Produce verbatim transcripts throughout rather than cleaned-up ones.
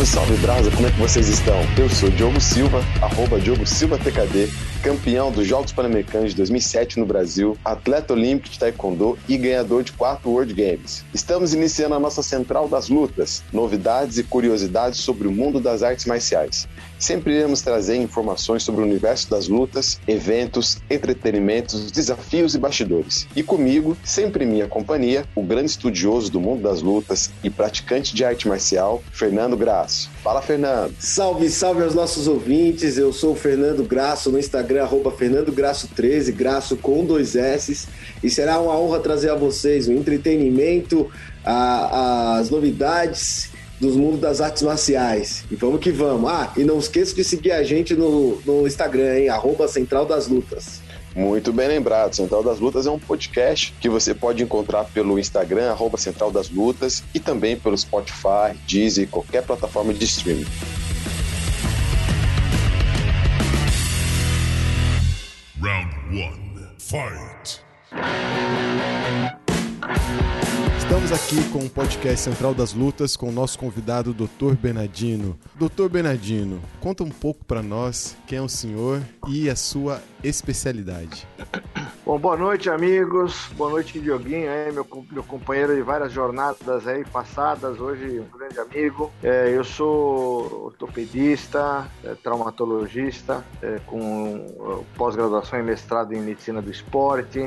Salve, salve, Brasa, como é que vocês estão? Eu sou Diogo Silva, arroba Diogo Silva T K D, campeão dos Jogos Pan-Americanos de dois mil e sete no Brasil, atleta olímpico de taekwondo e ganhador de quatro World Games. Estamos iniciando a nossa Central das Lutas, novidades e curiosidades sobre o mundo das artes marciais. Sempre iremos trazer informações sobre o universo das lutas, eventos, entretenimentos, desafios e bastidores. E comigo, sempre em minha companhia, o grande estudioso do mundo das lutas e praticante de arte marcial, Fernando Grasso. Fala, Fernando! Salve, salve aos nossos ouvintes, eu sou o Fernando Grasso, no Instagram, arroba Fernando Grasso treze, Grasso com dois S, e será uma honra trazer a vocês o entretenimento, a, as novidades dos mundos das artes marciais. E vamos que vamos. Ah, e não esqueça de seguir a gente no, no Instagram, hein? Arroba Central das Lutas. Muito bem lembrado, Central das Lutas é um podcast que você pode encontrar pelo Instagram, arroba Central das Lutas, e também pelo Spotify, Deezer, qualquer plataforma de streaming. Round one, fight! Estamos aqui com o podcast Central das Lutas com o nosso convidado, doutor Bernardino. doutor Bernardino, conta um pouco para nós quem é o senhor e a sua especialidade. Bom, boa noite, amigos. Boa noite, Dioguinho, aí, meu, meu companheiro de várias jornadas aí passadas, hoje um grande amigo. É, eu sou ortopedista, é, traumatologista, é, com pós-graduação e mestrado em medicina do esporte.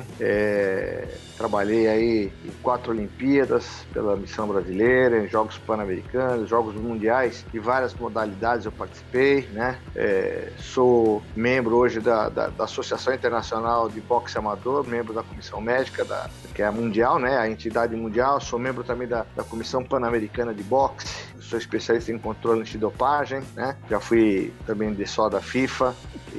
É, trabalhei aí em quatro Olimpíadas pela missão brasileira, em Jogos Pan-Americanos, Jogos Mundiais, de várias modalidades eu participei, né? É, sou membro hoje da, da, da Associação Internacional de Boxe Amador, membro da Comissão Médica, da, que é a mundial, né? A entidade mundial. Sou membro também da, da Comissão Pan-Americana de Boxe. Sou especialista em controle antidopagem, né? Já fui também de só da FIFA.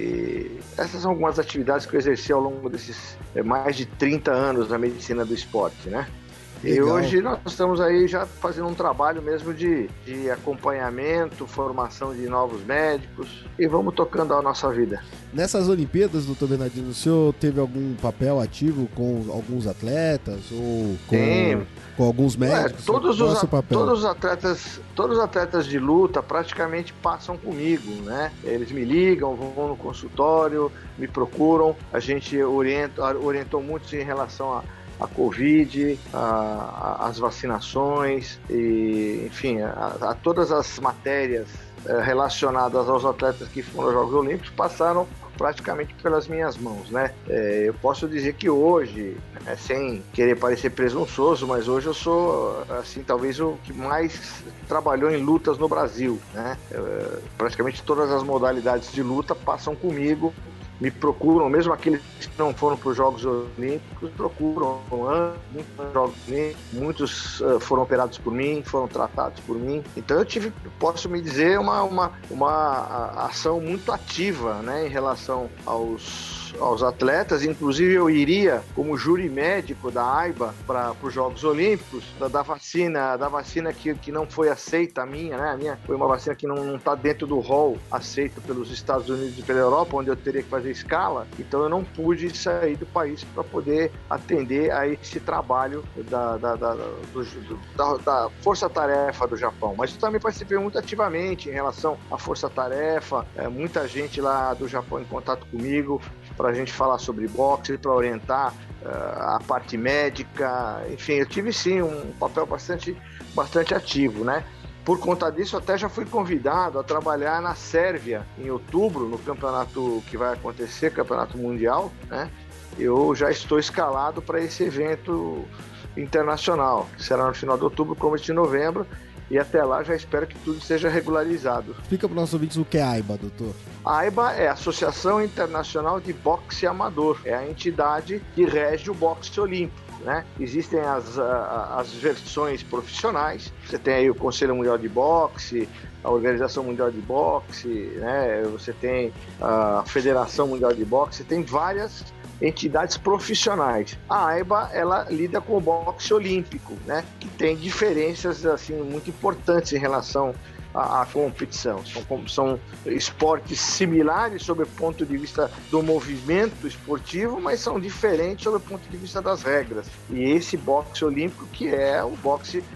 E essas são algumas atividades que eu exerci ao longo desses é, mais de trinta anos na medicina do esporte, né? Legal. E hoje nós estamos aí já fazendo um trabalho mesmo de, de acompanhamento, formação de novos médicos e vamos tocando a nossa vida. Nessas Olimpíadas, doutor Bernardino, o senhor teve algum papel ativo com alguns atletas ou com, com alguns médicos? É, todos, os, a, todos, os atletas, todos os atletas de luta praticamente passam comigo, né? Eles me ligam, vão no consultório, me procuram, a gente orienta, orientou muito em relação a a Covid, a, a, as vacinações, e, enfim, a, a todas as matérias é, relacionadas aos atletas que foram aos Jogos Olímpicos passaram praticamente pelas minhas mãos, né? É, eu posso dizer que hoje, é, sem querer parecer presunçoso, mas hoje eu sou, assim, talvez o que mais trabalhou em lutas no Brasil, né? É, praticamente todas as modalidades de luta passam comigo, me procuram, mesmo aqueles que não foram para os Jogos Olímpicos, procuram muitos Jogos Olímpicos, muitos uh, foram operados por mim, foram tratados por mim. Então eu tive, posso me dizer, uma, uma, uma ação muito ativa, né, em relação aos aos atletas. Inclusive eu iria como júri médico da AIBA para os Jogos Olímpicos, da, da vacina, da vacina que, que não foi aceita, a minha, né? A minha foi uma vacina que não está dentro do rol aceito pelos Estados Unidos e pela Europa, onde eu teria que fazer escala, então eu não pude sair do país para poder atender a esse trabalho da, da, da, do, da, da força-tarefa do Japão. Mas eu também participei muito ativamente em relação à força-tarefa, é, muita gente lá do Japão em contato comigo, para a gente falar sobre boxe, para orientar uh, a parte médica, enfim, eu tive sim um papel bastante, bastante ativo, né? Por conta disso, até já fui convidado a trabalhar na Sérvia em outubro, no campeonato que vai acontecer, campeonato mundial, né? Eu já estou escalado para esse evento internacional, que será no final de outubro, começo de novembro, e até lá já espero que tudo seja regularizado. Explica para os nossos ouvintes o que é a AIBA, doutor. A AIBA é a Associação Internacional de Boxe Amador, é a entidade que rege o boxe olímpico, né? Existem as, as versões profissionais, você tem aí o Conselho Mundial de Boxe, a Organização Mundial de Boxe, né? Você tem a Federação Mundial de Boxe, tem várias entidades profissionais. A AIBA, ela lida com o boxe olímpico, né? Que tem diferenças assim muito importantes em relação à, à competição. São, são esportes similares sob o ponto de vista do movimento esportivo, mas são diferentes sob o ponto de vista das regras. E esse boxe olímpico que é o boxe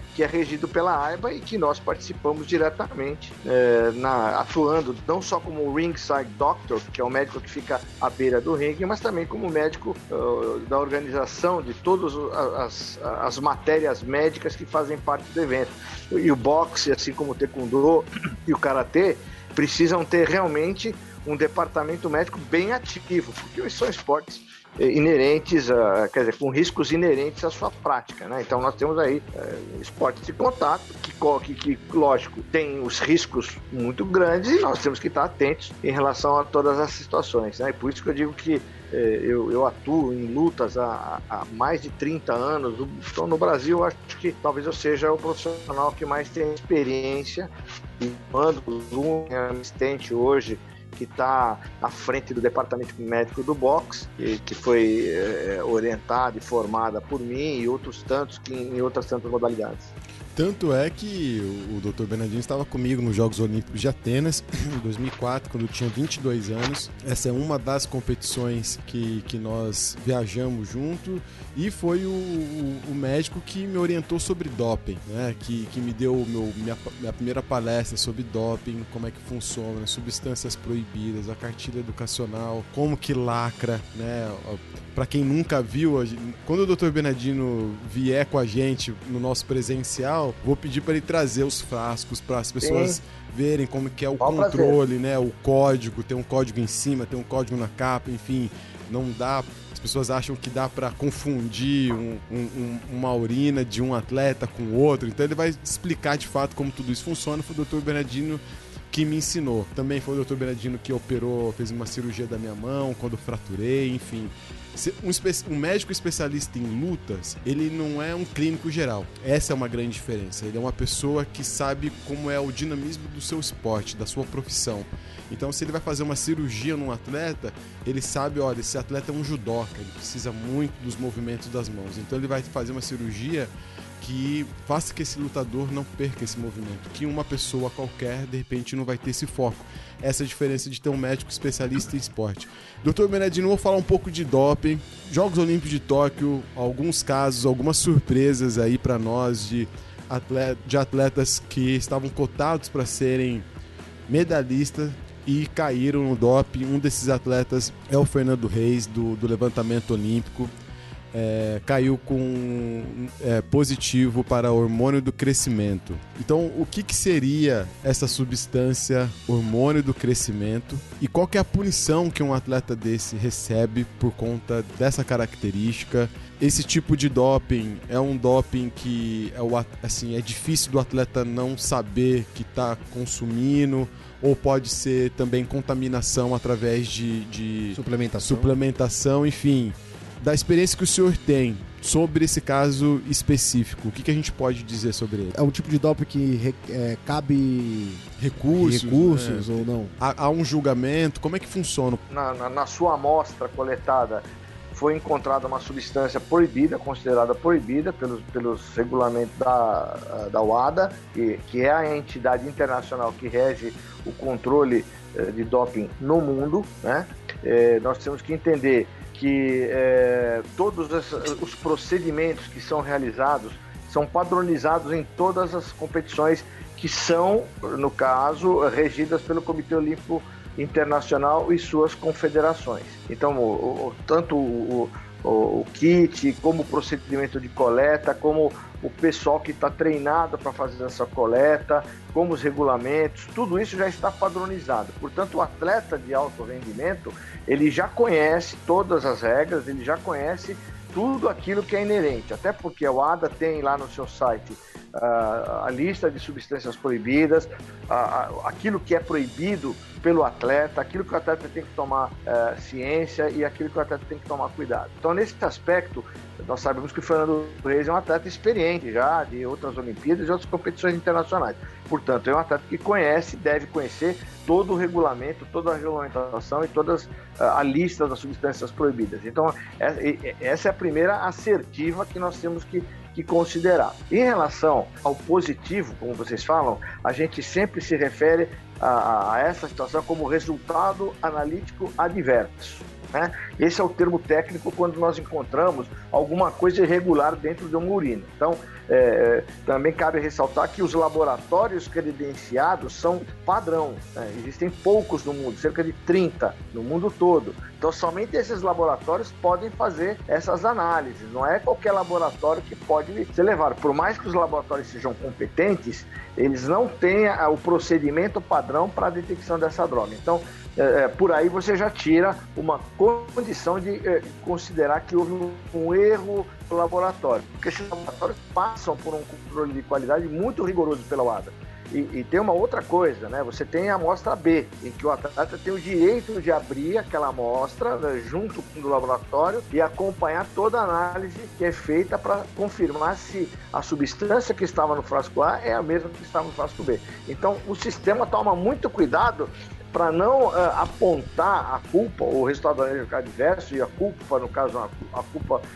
que é regido pela AIBA e que nós participamos diretamente, é, na, atuando não só como ringside doctor, que é o médico que fica à beira do ringue, mas também como médico uh, da organização de todas as, as matérias médicas que fazem parte do evento. E o boxe, assim como o taekwondo e o karatê, precisam ter realmente um departamento médico bem ativo, porque são esportes inerentes, a, quer dizer, com riscos inerentes à sua prática, né? Então nós temos aí é, esportes de contato que, que, que, lógico, tem os riscos muito grandes e nós temos que estar atentos em relação a todas as situações, né? E por isso que eu digo que é, eu, eu atuo em lutas há, há mais de trinta anos. Então, no Brasil, eu acho que talvez eu seja o profissional que mais tem experiência e mando um assistente hoje que está à frente do departamento médico do boxe, que foi é, orientada e formada por mim e outros tantos que, em outras tantas modalidades. Tanto é que o doutor Bernardino estava comigo nos Jogos Olímpicos de Atenas, em dois mil e quatro, quando eu tinha vinte e dois anos. Essa é uma das competições que, que nós viajamos junto e foi o, o, o médico que me orientou sobre doping, né? que, que me deu meu, minha, minha primeira palestra sobre doping, como é que funciona, substâncias proibidas, a cartilha educacional, como que lacra, né? Para quem nunca viu, quando o doutor Bernardino vier com a gente no nosso presencial, vou pedir para ele trazer os frascos para as pessoas Sim. verem como que é o Bom controle, prazer. né? O código, tem um código em cima, tem um código na capa, enfim, não dá. As pessoas acham que dá para confundir um, um, uma urina de um atleta com o outro, então ele vai explicar de fato como tudo isso funciona. Foi o doutor Bernardino que me ensinou. Também foi o doutor Bernardino que operou, fez uma cirurgia da minha mão quando fraturei, enfim. Um, espe- um médico especialista em lutas, ele não é um clínico geral. Essa é uma grande diferença. Ele é uma pessoa que sabe como é o dinamismo do seu esporte, da sua profissão. Então, se ele vai fazer uma cirurgia num atleta, ele sabe, olha, esse atleta é um judoca, ele precisa muito dos movimentos das mãos. Então, ele vai fazer uma cirurgia que faça que esse lutador não perca esse movimento, que uma pessoa qualquer, de repente, não vai ter esse foco. Essa é a diferença de ter um médico especialista em esporte. doutor Bernardino, vou falar um pouco de doping. Jogos Olímpicos de Tóquio, alguns casos, algumas surpresas aí para nós de, atleta, de atletas que estavam cotados para serem medalhistas e caíram no doping. Um desses atletas é o Fernando Reis, do, do levantamento olímpico. É, caiu com é, positivo para hormônio do crescimento. Então, o que, que seria essa substância hormônio do crescimento e qual que é a punição que um atleta desse recebe por conta dessa característica? Esse tipo de doping é um doping que é, o, assim, é difícil do atleta não saber que está consumindo, ou pode ser também contaminação através de, de suplementação. suplementação, enfim. Da experiência que o senhor tem sobre esse caso específico, o que, que a gente pode dizer sobre ele? É um tipo de doping que é, cabe recursos, recursos né? ou não? Há, há um julgamento? Como é que funciona? Na, na, na sua amostra coletada, foi encontrada uma substância proibida, considerada proibida pelos, pelos regulamentos da, da U A D A, que, que é a entidade internacional que rege o controle eh, de doping no mundo, né? Eh, nós temos que entender que é, todos os procedimentos que são realizados são padronizados em todas as competições que são, no caso, regidas pelo Comitê Olímpico Internacional e suas confederações. Então, o, o, tanto o, o, o kit, como o procedimento de coleta, como o pessoal que está treinado para fazer essa coleta, como os regulamentos, tudo isso já está padronizado. Portanto, o atleta de alto rendimento, ele já conhece todas as regras, ele já conhece tudo aquilo que é inerente, até porque a U A D A tem lá no seu site uh, a lista de substâncias proibidas, uh, uh, aquilo que é proibido pelo atleta, aquilo que o atleta tem que tomar uh, ciência e aquilo que o atleta tem que tomar cuidado. Então, nesse aspecto, nós sabemos que o Fernando Reis é um atleta experiente já de outras Olimpíadas e outras competições internacionais. Portanto, é um atleta que conhece, deve conhecer todo o regulamento, toda a regulamentação e toda a lista das substâncias proibidas. Então, essa é a primeira assertiva que nós temos que, que considerar. Em relação ao positivo, como vocês falam, a gente sempre se refere a, a essa situação como resultado analítico adverso. né? Esse é o termo técnico quando nós encontramos alguma coisa irregular dentro de uma urina. Então, é, também cabe ressaltar que os laboratórios credenciados são padrão, né? Existem poucos no mundo, cerca de trinta no mundo todo. Então, somente esses laboratórios podem fazer essas análises. Não é qualquer laboratório que pode ser levado. Por mais que os laboratórios sejam competentes, eles não têm o procedimento padrão para a detecção dessa droga. Então, é, por aí você já tira uma condição de é, considerar que houve um, um erro no laboratório. Porque esses laboratórios passam por um controle de qualidade muito rigoroso pela U A D A. E, e tem uma outra coisa, né? Você tem a amostra B, em que o atleta tem o direito de abrir aquela amostra, né, junto com o laboratório e acompanhar toda a análise que é feita para confirmar se a substância que estava no frasco A é a mesma que estava no frasco B. Então, o sistema toma muito cuidado para não uh, apontar a culpa, o resultado adverso e a culpa, no caso, a, a culpa uh,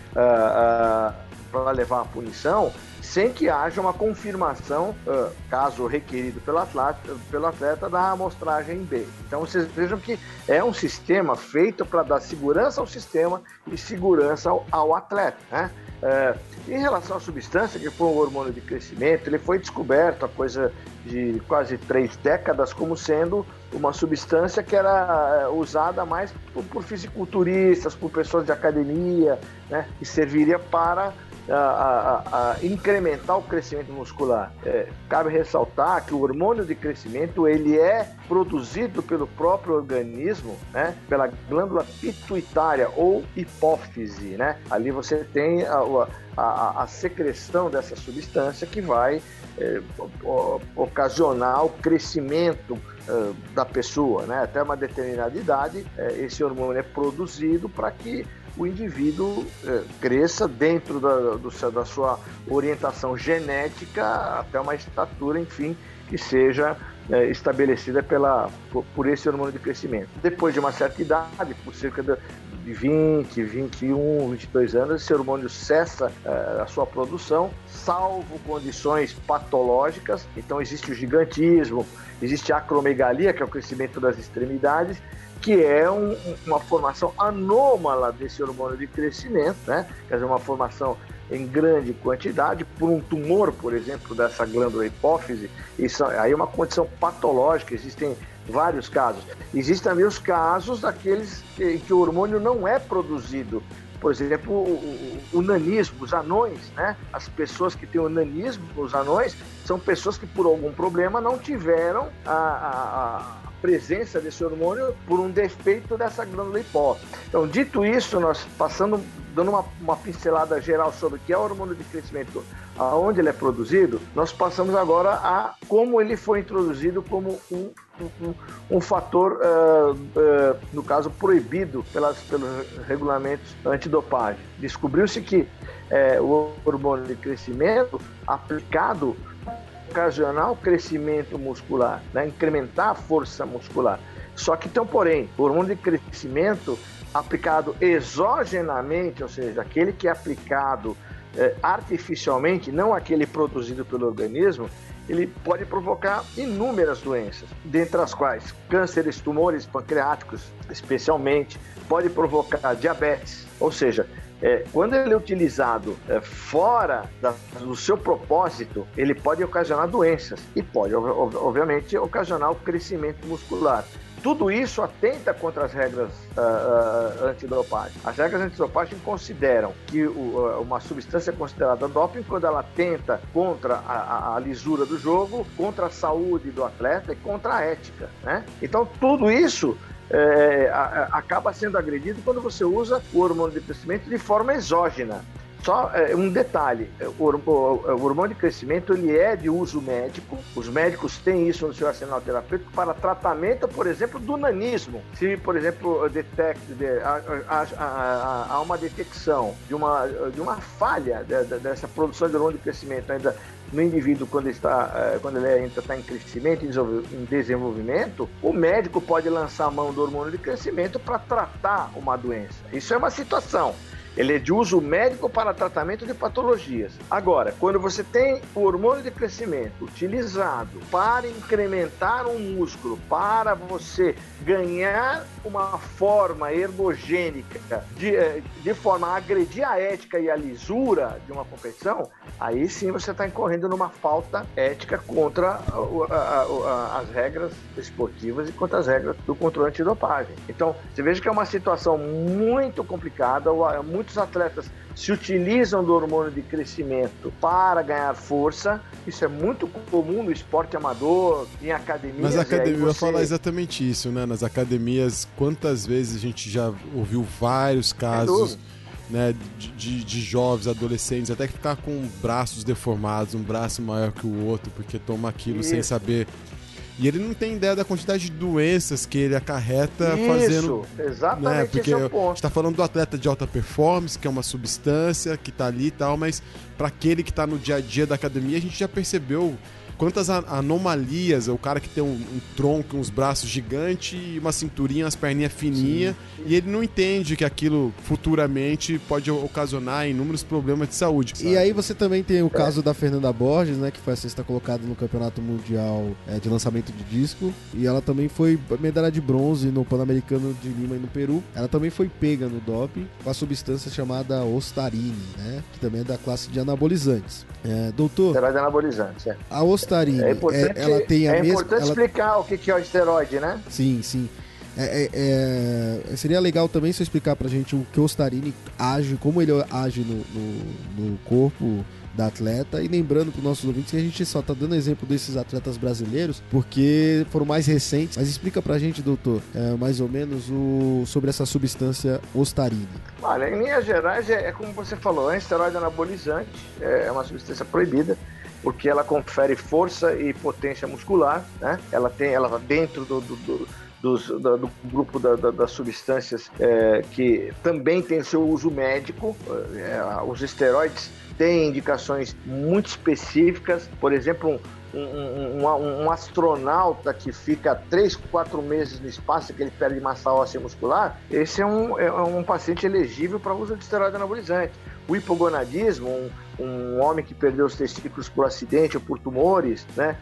uh, para levar a punição, sem que haja uma confirmação, uh, caso requerido pelo atleta, pelo atleta, da amostragem B. Então vocês vejam que é um sistema feito para dar segurança ao sistema e segurança ao, ao atleta, né? Uh, em relação à substância, que foi um hormônio de crescimento, ele foi descoberto há coisa de quase três décadas como sendo uma substância que era usada mais por, por fisiculturistas, por pessoas de academia, né? E serviria para A, a, a incrementar o crescimento muscular. É, cabe ressaltar que o hormônio de crescimento ele é produzido pelo próprio organismo, né, pela glândula pituitária ou hipófise, né? Ali você tem a, a, a secreção dessa substância que vai é, ocasionar o crescimento é, da pessoa, né? Até uma determinada idade, é, esse hormônio é produzido para que o indivíduo é, cresça dentro da, do, da sua orientação genética até uma estatura, enfim, que seja é, estabelecida pela, por, por esse hormônio de crescimento. Depois de uma certa idade, por cerca de, de vinte, vinte e um, vinte e dois anos, esse hormônio cessa é, a sua produção, salvo condições patológicas. Então existe o gigantismo, existe a acromegalia, que é o crescimento das extremidades, que é um, uma formação anômala desse hormônio de crescimento, né? Quer dizer, uma formação em grande quantidade por um tumor, por exemplo, dessa glândula hipófise. Isso aí é uma condição patológica, existem vários casos. Existem também os casos daqueles que, que o hormônio não é produzido. Por exemplo, o, o, o nanismo, os anões, né? As pessoas que têm o nanismo, os anões, são pessoas que por algum problema não tiveram a, a, a presença desse hormônio por um defeito dessa glândula hipófise. Então, dito isso, nós passando, dando uma, uma pincelada geral sobre o que é o hormônio de crescimento, aonde ele é produzido, nós passamos agora a como ele foi introduzido como um, um, um fator, uh, uh, no caso, proibido pelas, pelos regulamentos antidopagem. Descobriu-se que uh, o hormônio de crescimento aplicado ocasionar o crescimento muscular, né? Incrementar a força muscular. Só que, então, porém, o hormônio de crescimento aplicado exogenamente, ou seja, aquele que é aplicado eh, artificialmente, não aquele produzido pelo organismo, ele pode provocar inúmeras doenças, dentre as quais cânceres, tumores pancreáticos, especialmente, pode provocar diabetes, ou seja, É, quando ele é utilizado é, fora da, do seu propósito, ele pode ocasionar doenças e pode, obviamente, ocasionar o crescimento muscular. Tudo isso atenta contra as regras uh, uh, antidopagem. As regras antidopagem consideram que o, uma substância é considerada doping quando ela atenta contra a, a, a lisura do jogo, contra a saúde do atleta e contra a ética, né? Então, tudo isso É, a, a, acaba sendo agredido quando você usa o hormônio de crescimento de forma exógena. Só é, um detalhe, o, o, o hormônio de crescimento ele é de uso médico, os médicos têm isso no seu arsenal terapêutico para tratamento, por exemplo, do nanismo. Se, por exemplo, detect, de, há uma detecção de uma, de uma falha de, de, dessa produção de hormônio de crescimento ainda no indivíduo quando, está, quando ele ainda está em crescimento, em desenvolvimento, o médico pode lançar a mão do hormônio de crescimento para tratar uma doença. Isso é uma situação. Ele é de uso médico para tratamento de patologias. Agora, quando você tem o hormônio de crescimento utilizado para incrementar um músculo, para você ganhar uma forma ergogênica, de, de forma a agredir a ética e a lisura de uma competição, aí sim você está incorrendo numa falta ética contra a, a, a, as regras esportivas e contra as regras do controle antidopagem. Então, você veja que é uma situação muito complicada. Muitos atletas se utilizam do hormônio de crescimento para ganhar força. Isso é muito comum no esporte amador, em academias. Mas a academia, você... eu ia falar exatamente isso, né? Nas academias, quantas vezes a gente já ouviu vários casos, né, de, de, de jovens, adolescentes, até que ficar com braços deformados, um braço maior que o outro, porque toma aquilo isso. sem saber. E ele não tem ideia da quantidade de doenças que ele acarreta Isso, fazendo. Exatamente, né? Porque esse é o ponto. A gente tá falando do atleta de alta performance, que é uma substância que tá ali e tal, mas para aquele que tá no dia a dia da academia, a gente já percebeu quantas anomalias, o cara que tem um, um tronco, uns braços gigantes, uma cinturinha, umas perninhas fininhas, e ele não entende que aquilo futuramente pode ocasionar inúmeros problemas de saúde. Sabe? E aí você também tem o caso da Fernanda Borges, né, que foi a sexta colocada no Campeonato Mundial é, de lançamento de disco, e ela também foi medalha de bronze no Pan-Americano de Lima e no Peru. Ela também foi pega no doping com a substância chamada Ostarine, né, que também é da classe de anabolizantes. É, doutor... Esteroide anabolizante, é. A Ostarine, é importante, é, ela tem a é mesma... importante ela... explicar o que é o esteroide, né? Sim, sim. É, é, é, seria legal também se eu explicar pra gente o que o Ostarine age, como ele age no, no, no corpo da atleta, e lembrando para os nossos ouvintes que a gente só tá dando exemplo desses atletas brasileiros porque foram mais recentes. Mas explica pra gente, doutor, é, mais ou menos o, sobre essa substância Ostarine. Olha, em linhas gerais é, é como você falou, é um esteroide anabolizante, é uma substância proibida, porque ela confere força e potência muscular, né? Ela tem, ela tá dentro do, do, do, dos, do, do grupo da, da, das substâncias é, que também tem seu uso médico. É, os esteroides têm indicações muito específicas, por exemplo, um, um, um, um astronauta que fica três, quatro meses no espaço, que ele perde massa óssea muscular, esse é um, é um paciente elegível para uso de esteroide anabolizante. O hipogonadismo, um, um homem que perdeu os testículos por acidente ou por tumores, né?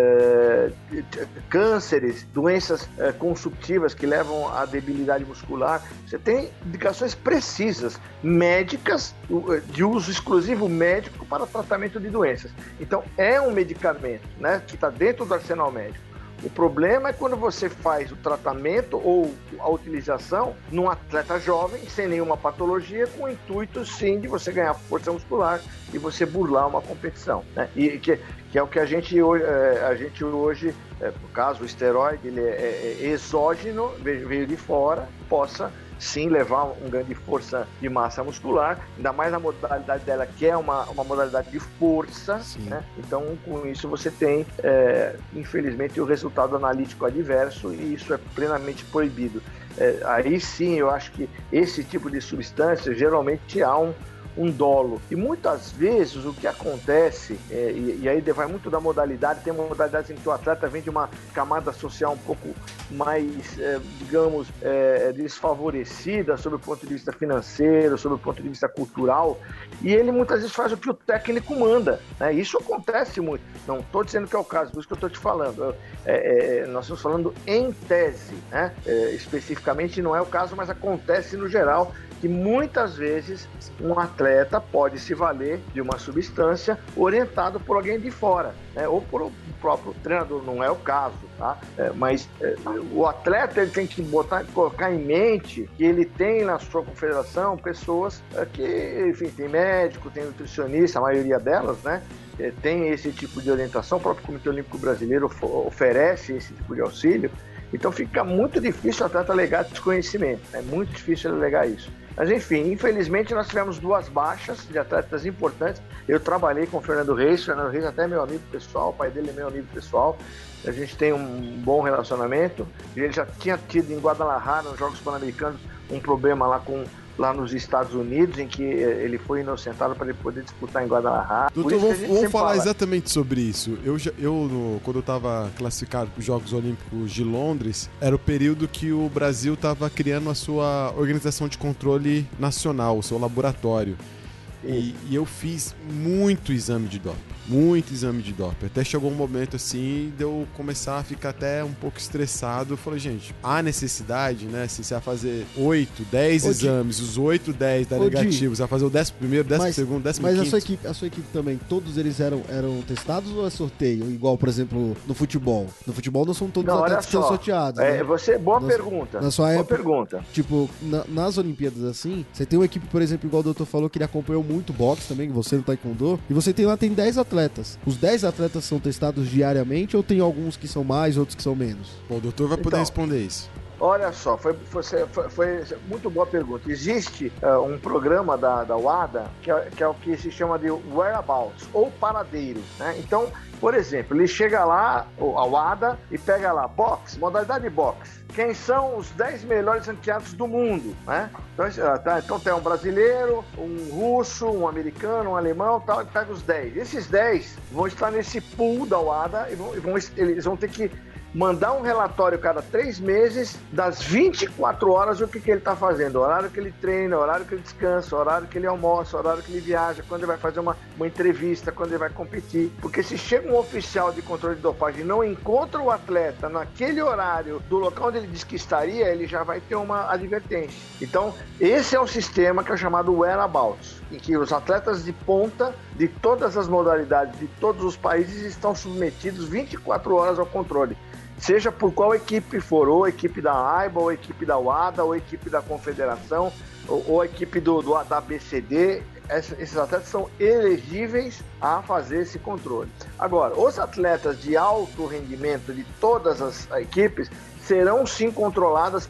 É, cânceres, doenças é, consumptivas que levam à debilidade muscular. Você tem indicações precisas, médicas, de uso exclusivo médico para tratamento de doenças. Então, é um medicamento, né, que está dentro do arsenal médico. O problema é quando você faz o tratamento ou a utilização num atleta jovem, sem nenhuma patologia, com o intuito, sim, de você ganhar força muscular e você burlar uma competição, né? E que, que é o que a gente hoje, é, a gente hoje é, no caso, o esteroide, ele é, é exógeno, veio de fora, possa sim levar um ganho de força de massa muscular, ainda mais na modalidade dela, que é uma, uma modalidade de força, né? Então com isso você tem é, infelizmente o resultado analítico adverso, e isso é plenamente proibido. É, aí sim eu acho que esse tipo de substância geralmente há um um dolo. E muitas vezes o que acontece, é, e, e aí vai muito da modalidade, tem modalidades em que o atleta vem de uma camada social um pouco mais, é, digamos, é, desfavorecida sob o ponto de vista financeiro, sob o ponto de vista cultural, e ele muitas vezes faz o que o técnico manda, né? Isso acontece muito. Não estou dizendo que é o caso, por isso que eu estou te falando. É, é, nós estamos falando em tese, né? É, especificamente não é o caso, mas acontece no geral, que muitas vezes um atleta pode se valer de uma substância orientado por alguém de fora, né? Ou por o próprio treinador, não é o caso, tá? É, mas é, o atleta ele tem que botar, colocar em mente que ele tem na sua confederação pessoas é, que, enfim, tem médico, tem nutricionista, a maioria delas, né? É, tem esse tipo de orientação, o próprio Comitê Olímpico Brasileiro oferece esse tipo de auxílio. Então fica muito difícil o atleta alegar desconhecimento, é muito difícil ele alegar isso. Mas enfim, infelizmente nós tivemos duas baixas de atletas importantes. Eu trabalhei com o Fernando Reis, o Fernando Reis até é meu amigo pessoal, o pai dele é meu amigo pessoal. A gente tem um bom relacionamento. Ele já tinha tido em Guadalajara, nos Jogos Pan-Americanos, um problema lá com lá nos Estados Unidos, em que ele foi inocentado para ele poder disputar em Guadalajara. Doutor, vamos, vamos falar fala... exatamente sobre isso. Eu, eu no, quando eu estava classificado para os Jogos Olímpicos de Londres, era o período que o Brasil estava criando a sua organização de controle nacional, o seu laboratório. E, e eu fiz muito exame de doping. Muito exame de doping. Até chegou um momento assim de eu começar a ficar até um pouco estressado. Eu falei, gente, há necessidade, né? Se você vai fazer oito, dez exames, os oito, dez da negativo, você vai fazer o décimo primeiro, décimo segundo, décimo quinto. Mas a sua equipe, a sua equipe também, todos eles eram, eram testados ou é sorteio? Igual, por exemplo, no futebol. No futebol não são todos não, os atletas que são sorteados. É, né? você, boa na, pergunta. Na sua boa época, pergunta. Tipo, na, nas Olimpíadas assim, você tem uma equipe, por exemplo, igual o doutor falou, que ele acompanhou muito boxe também, que você no Taekwondo, e você tem lá, tem dez atletas. Os dez atletas são testados diariamente ou tem alguns que são mais, outros que são menos? Bom, o doutor vai poder então, responder isso. Olha só, foi, foi, foi, foi muito boa pergunta. Existe uh, um programa da, da U A D A que é, que é o que se chama de whereabouts, ou paradeiro, né? Então, por exemplo, ele chega lá, a U A D A, e pega lá, boxe, modalidade de boxe. Quem são os dez melhores ranqueados do mundo, né? Então, tá, então tem um brasileiro, um russo, um americano, um alemão, tal, e pega os dez. Esses dez vão estar nesse pool da U A D A e vão, e vão, eles vão ter que mandar um relatório cada três meses das vinte e quatro horas o que, que ele está fazendo, o horário que ele treina, o horário que ele descansa, o horário que ele almoça, o horário que ele viaja, quando ele vai fazer uma, uma entrevista, quando ele vai competir. Porque se chega um oficial de controle de dopagem e não encontra o atleta naquele horário do local onde ele diz que estaria, ele já vai ter uma advertência. Então, esse é o sistema que é chamado whereabouts, em que os atletas de ponta de todas as modalidades de todos os países estão submetidos vinte e quatro horas ao controle. Seja por qual equipe for, ou a equipe da A I B A, ou a equipe da U A D A, ou a equipe da Confederação, ou, ou a equipe do, do, da B C D, esses atletas são elegíveis a fazer esse controle. Agora, os atletas de alto rendimento de todas as equipes serão sim controladas,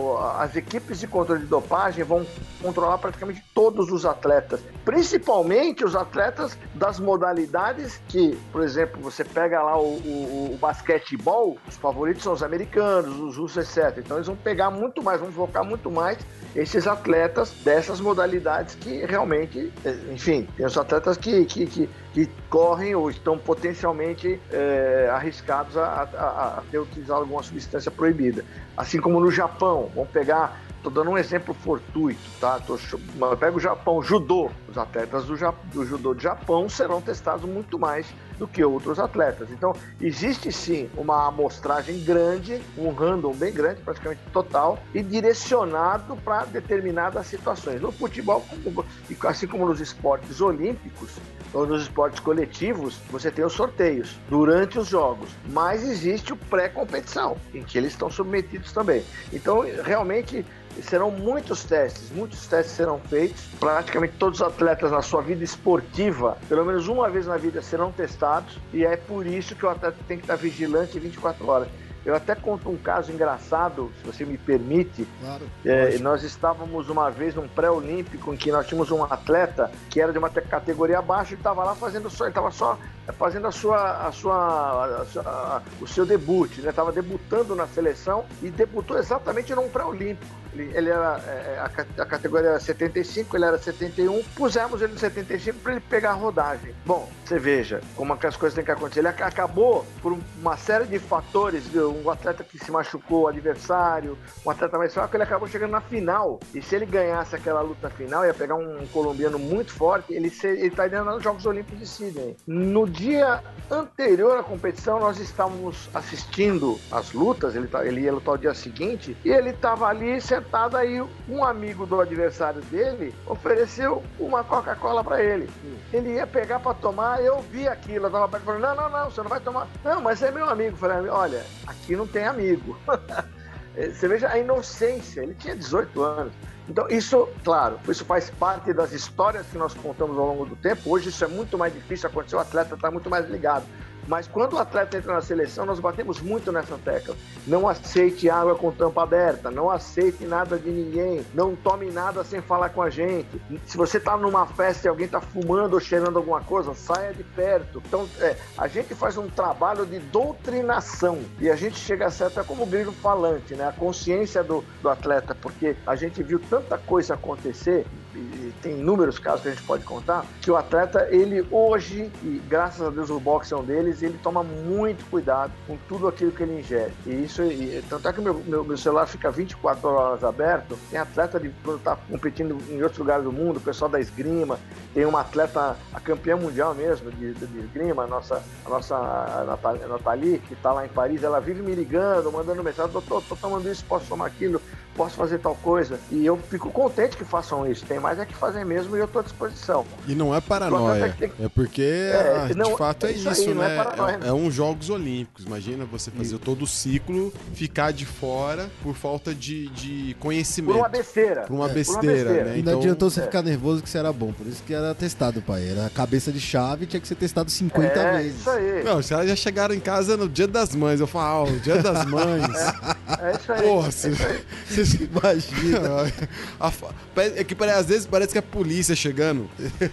as equipes de controle de dopagem vão controlar praticamente todos os atletas, principalmente os atletas das modalidades que, por exemplo, você pega lá o, o, o basquetebol, os favoritos são os americanos, os russos, etcétera. Então eles vão pegar muito mais, vão focar muito mais esses atletas dessas modalidades que realmente, enfim, tem os atletas que, que, que, que correm ou estão potencialmente é, arriscados a, a, a ter utilizado alguma substância proibida. Assim como no Japão, vamos pegar, estou dando um exemplo fortuito, tá? Tô, pega o Japão, judô. Os atletas do, do judô do Japão serão testados muito mais do que outros atletas. Então, existe sim uma amostragem grande, um random bem grande, praticamente total, e direcionado para determinadas situações. No futebol, assim como nos esportes olímpicos, ou nos esportes coletivos, você tem os sorteios durante os jogos, mas existe o pré-competição, em que eles estão submetidos também. Então, realmente, serão muitos testes, muitos testes serão feitos, praticamente todos os atletas na sua vida esportiva, pelo menos uma vez na vida, serão testados, e é por isso que o atleta tem que estar vigilante vinte e quatro horas. Eu até conto um caso engraçado, se você me permite. Claro, é, nós estávamos uma vez num pré-olímpico em que nós tínhamos um atleta que era de uma categoria abaixo e estava lá fazendo só, ele estava só fazendo a sua, a sua, a sua a, o seu debut, né? Estava debutando na seleção e debutou exatamente num pré-olímpico. Ele, ele era é, a, a categoria era setenta e cinco, ele era setenta e um, pusemos ele no setenta e cinco para ele pegar a rodagem. Bom, você veja como que as coisas têm que acontecer. Ele acabou por uma série de fatores, viu? Um atleta que se machucou, o adversário, um atleta mais fraco, ele acabou chegando na final. E se ele ganhasse aquela luta final, ia pegar um colombiano muito forte, ele estaria nos Jogos Olímpicos de Sydney. No dia anterior à competição, nós estávamos assistindo as lutas, ele, ele ia lutar o dia seguinte, e ele estava ali sentado, aí um amigo do adversário dele ofereceu uma Coca-Cola para ele. Ele ia pegar para tomar, eu vi aquilo, eu estava perto, falando, não, não, não, você não vai tomar. Não, mas é meu amigo. Eu falei, olha, aqui não tem amigo. Você veja a inocência, ele tinha dezoito anos. Então isso, claro, isso faz parte das histórias que nós contamos ao longo do tempo. Hoje isso é muito mais difícil acontecer, o atleta está muito mais ligado. Mas quando o atleta entra na seleção, nós batemos muito nessa tecla. Não aceite água com tampa aberta, não aceite nada de ninguém, não tome nada sem falar com a gente. Se você está numa festa e alguém está fumando ou cheirando alguma coisa, saia de perto. Então, é, a gente faz um trabalho de doutrinação e a gente chega a ser até como grilo falante, né? A consciência do, do atleta, porque a gente viu tanta coisa acontecer, e tem inúmeros casos que a gente pode contar, que o atleta, ele hoje, e graças a Deus o boxe é um deles, ele toma muito cuidado com tudo aquilo que ele ingere. E isso, e, tanto é que meu, meu, meu celular fica vinte e quatro horas aberto. Tem atleta de quando tá competindo em outros lugares do mundo, o pessoal da esgrima, tem uma atleta, a campeã mundial mesmo de, de, de esgrima, a nossa, a nossa a Nathalie, que tá lá em Paris, ela vive me ligando, mandando mensagem: doutor, tô tomando isso, posso tomar aquilo, posso fazer tal coisa. E eu fico contente que façam isso. Tem mais é que fazer mesmo e eu tô à disposição. E não é paranoia, tem... é porque é, ah, não, de fato é, é isso, isso aí, né? É, é, é um Jogos Olímpicos. Imagina você fazer e... todo o ciclo, ficar de fora por falta de, de conhecimento. Por uma besteira. Por uma é, besteira, por uma besteira. né? E então... não adiantou você é. ficar nervoso que você era bom, por isso que era testado, pai. Era cabeça de chave, tinha que ser testado cinquenta é, vezes. Isso aí. Não, os caras já chegaram em casa no Dia das Mães. Eu falo, ah, o Dia das Mães. É, é isso aí. Porra, você imagina. É que às vezes parece que é a polícia chegando.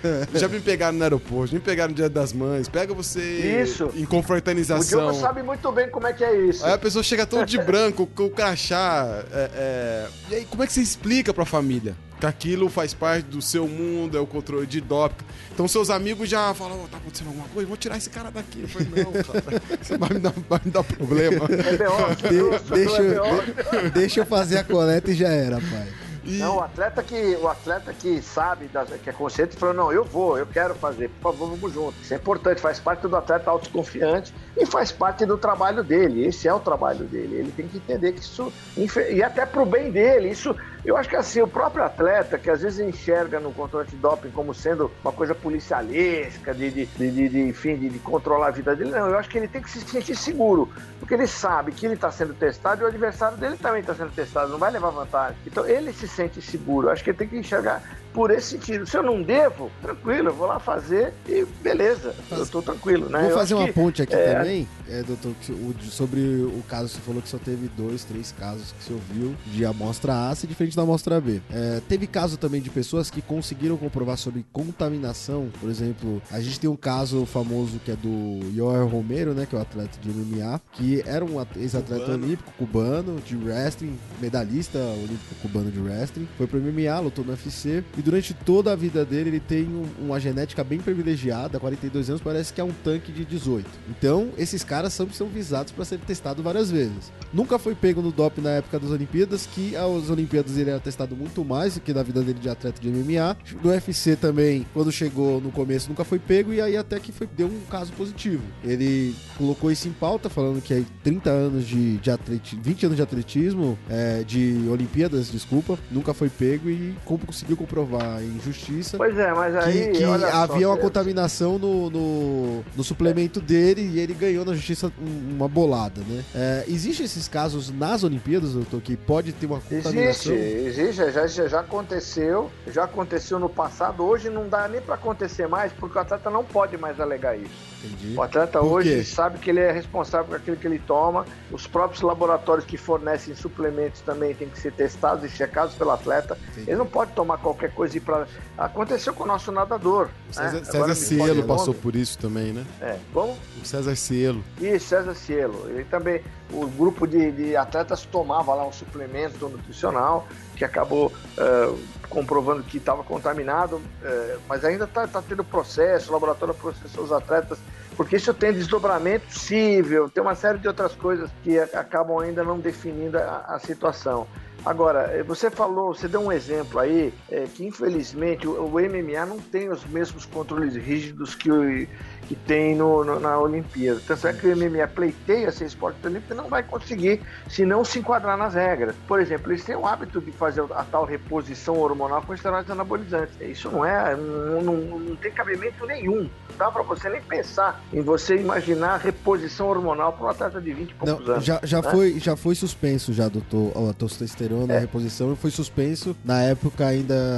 Já me pegaram no aeroporto, me pegaram no Dia das Mães. Pega você isso. em confraternização. O Diogo sabe muito bem como é que é isso. Aí a pessoa chega todo de branco, com o crachá. É, é... E aí, como é que você explica pra família que aquilo faz parte do seu mundo, é o controle de doping? Então seus amigos já falam: oh, tá acontecendo alguma coisa? Vou tirar esse cara daqui. Eu falei: não, cara, isso vai me dar, vai me dar problema. É B O, de, deixa, eu, deixa eu fazer a coleta e já era, pai. E... Não, o atleta que, o atleta que sabe, que é consciente, falou: não, eu vou, eu quero fazer, por favor, vamos junto. Isso é importante, faz parte do atleta autoconfiante e faz parte do trabalho dele. Esse é o trabalho dele. Ele tem que entender que isso, e até pro bem dele, isso, eu acho que assim, o próprio atleta, que às vezes enxerga no controle antidoping como sendo uma coisa policialesca, de, de, de, de, de enfim, de, de controlar a vida dele, não, eu acho que ele tem que se sentir seguro, porque ele sabe que ele está sendo testado e o adversário dele também está sendo testado, não vai levar vantagem. Então ele se sente seguro. Acho que ele tem que enxergar por esse sentido. Se eu não devo, tranquilo, eu vou lá fazer e beleza, eu tô tranquilo, né? Vou eu fazer uma que, ponte aqui é... também, é, doutor, sobre o caso, você falou que só teve dois, três casos que você ouviu de amostra A ser diferente da amostra B. É, teve caso também de pessoas que conseguiram comprovar sobre contaminação. Por exemplo, a gente tem um caso famoso que é do Yoel Romero, né, que é o atleta de M M A, que era um ex-atleta olímpico cubano de wrestling, medalhista olímpico cubano de wrestling, foi pro M M A, lutou no U F C, e durante toda a vida dele ele tem um, uma genética bem privilegiada. Quarenta e dois anos, parece que é um tanque de dezoito. Então esses caras são, são visados para ser testado várias vezes. Nunca foi pego no doping na época das Olimpíadas, que as Olimpíadas ele era testado muito mais do que na vida dele de atleta de M M A. No U F C também, quando chegou no começo, nunca foi pego, e aí até que foi, deu um caso positivo. Ele colocou isso em pauta, falando que aí trinta anos de, de atletismo, vinte anos de atletismo, é, de Olimpíadas, desculpa, nunca foi pego, e como conseguiu comprovar em justiça. Pois é, mas aí que, que havia só, uma contaminação no, no, no suplemento é. dele, e ele ganhou na justiça uma bolada, né? É, Existem esses casos nas Olimpíadas, doutor, que pode ter uma contaminação? Existe, existe, já, já aconteceu, já aconteceu no passado, hoje não dá nem para acontecer mais, porque o atleta não pode mais alegar isso. Entendi. O atleta hoje sabe que ele é responsável por aquilo que ele toma, os próprios laboratórios que fornecem suplementos também têm que ser testados e checados pelo atleta. Entendi. Ele não pode tomar qualquer coisa e ir pra... Aconteceu com o nosso nadador. César, né? César Cielo passou por isso também, né? É, como? O César Cielo. Isso, César Cielo. Ele também, o grupo de, de atletas tomava lá um suplemento nutricional que acabou uh, comprovando que estava contaminado, uh, mas ainda está tá tendo processo, o laboratório processou os atletas, porque isso tem desdobramento possível, tem uma série de outras coisas que acabam ainda não definindo a, a situação. Agora, você falou, você deu um exemplo aí, é, que infelizmente o, o M M A não tem os mesmos controles rígidos que, o, que tem no, no, na Olimpíada. Tanto é que o M M A pleiteia ser esporte olímpico e não vai conseguir se não se enquadrar nas regras. Por exemplo, eles têm o hábito de fazer a tal reposição hormonal com esteroides anabolizantes. Isso não é, não, não, não tem cabimento nenhum. Não dá pra você nem pensar em você imaginar a reposição hormonal para um atleta de vinte e poucos não, anos. Já, já, né? foi, já foi suspenso, já, doutor, a testosterona, é. a reposição foi suspenso. Na época ainda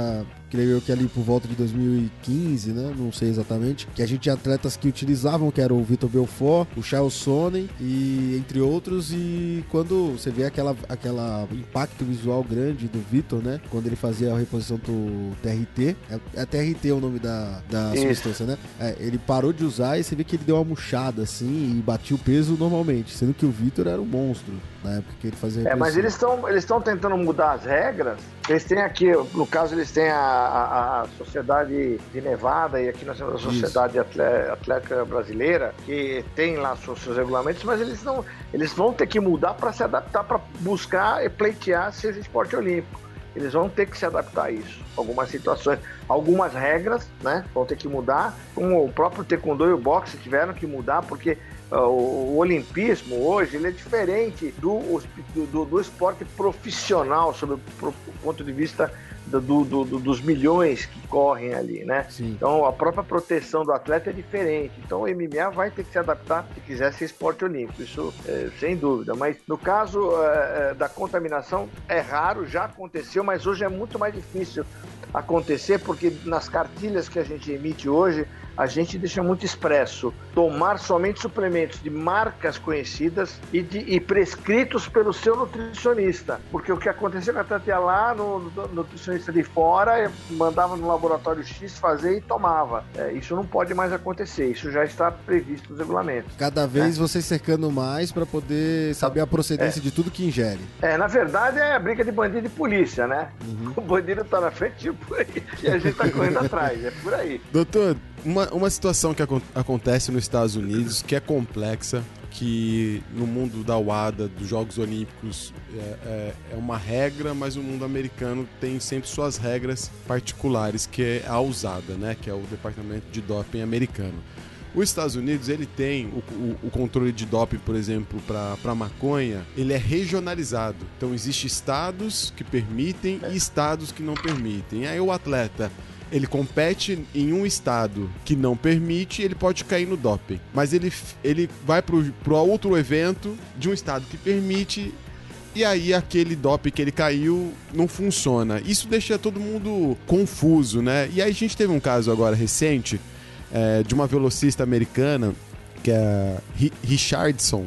creio eu que ali por volta de dois mil e quinze, né? Não sei exatamente. Que a gente tinha atletas que utilizavam, que era o Vitor Belfort, o Charles Sonnen e entre outros. E quando você vê aquela, aquela impacto visual grande do Vitor, né? Quando ele fazia a reposição do T R T. É, é T R T é o nome da, da substância, né? É, ele parou de usar e você vê que ele deu uma murchada assim e batia o peso normalmente. Sendo que o Vitor era um monstro na época que ele fazia a É, mas eles estão eles estão tentando mudar as regras. Eles têm aqui, no caso, eles têm a, a, a Sociedade de Nevada e aqui nós temos a Sociedade Atlética Brasileira, que tem lá seus, seus regulamentos, mas eles, não, eles vão ter que mudar para se adaptar, para buscar e pleitear seja esporte olímpico. Eles vão ter que se adaptar a isso. Algumas situações, algumas regras, né, vão ter que mudar. Como o próprio taekwondo e o boxe tiveram que mudar, porque uh, o, o olimpismo hoje ele é diferente do, do, do esporte profissional, sob o, o ponto de vista do, do, do, dos milhões que correm ali, né? Sim. Então a própria proteção do atleta é diferente. Então o M M A vai ter que se adaptar se quiser ser esporte olímpico, isso é, sem dúvida. Mas no caso é, da contaminação é raro, já aconteceu, mas hoje é muito mais difícil acontecer, porque nas cartilhas que a gente emite hoje, a gente deixa muito expresso tomar somente suplementos de marcas conhecidas e, de, e prescritos pelo seu nutricionista, porque o que aconteceu é que a atleta ia lá no, no nutricionista de fora, mandava no laboratório X fazer e tomava. É, isso não pode mais acontecer, isso já está previsto nos regulamentos. Cada vez né? Você cercando mais para poder saber a procedência é. de tudo que ingere. É, na verdade é a briga de bandido e polícia, né? Uhum. O bandido tá na frente e a gente tá correndo atrás, é por aí. Doutor, Uma, uma situação que ac- acontece nos Estados Unidos, que é complexa, que no mundo da U A D A, dos Jogos Olímpicos, é, é, é uma regra, mas o mundo americano tem sempre suas regras particulares, que é a U S A D A, né, que é o Departamento de Doping americano. Os Estados Unidos, ele tem o, o, o controle de doping, por exemplo, para maconha, ele é regionalizado. Então, existem estados que permitem e estados que não permitem. Aí o atleta, ele compete em um estado que não permite, ele pode cair no doping. Mas ele, ele vai para o outro evento de um estado que permite, e aí aquele doping que ele caiu não funciona. Isso deixa todo mundo confuso, né? E aí a gente teve um caso agora recente, é, de uma velocista americana, que é a Richardson,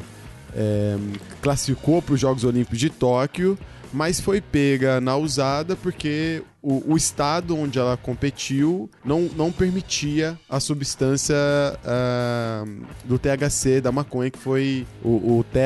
é, classificou para os Jogos Olímpicos de Tóquio, mas foi pega na usada porque o, o estado onde ela competiu não, não permitia a substância uh, do T H C, da maconha, que foi o, o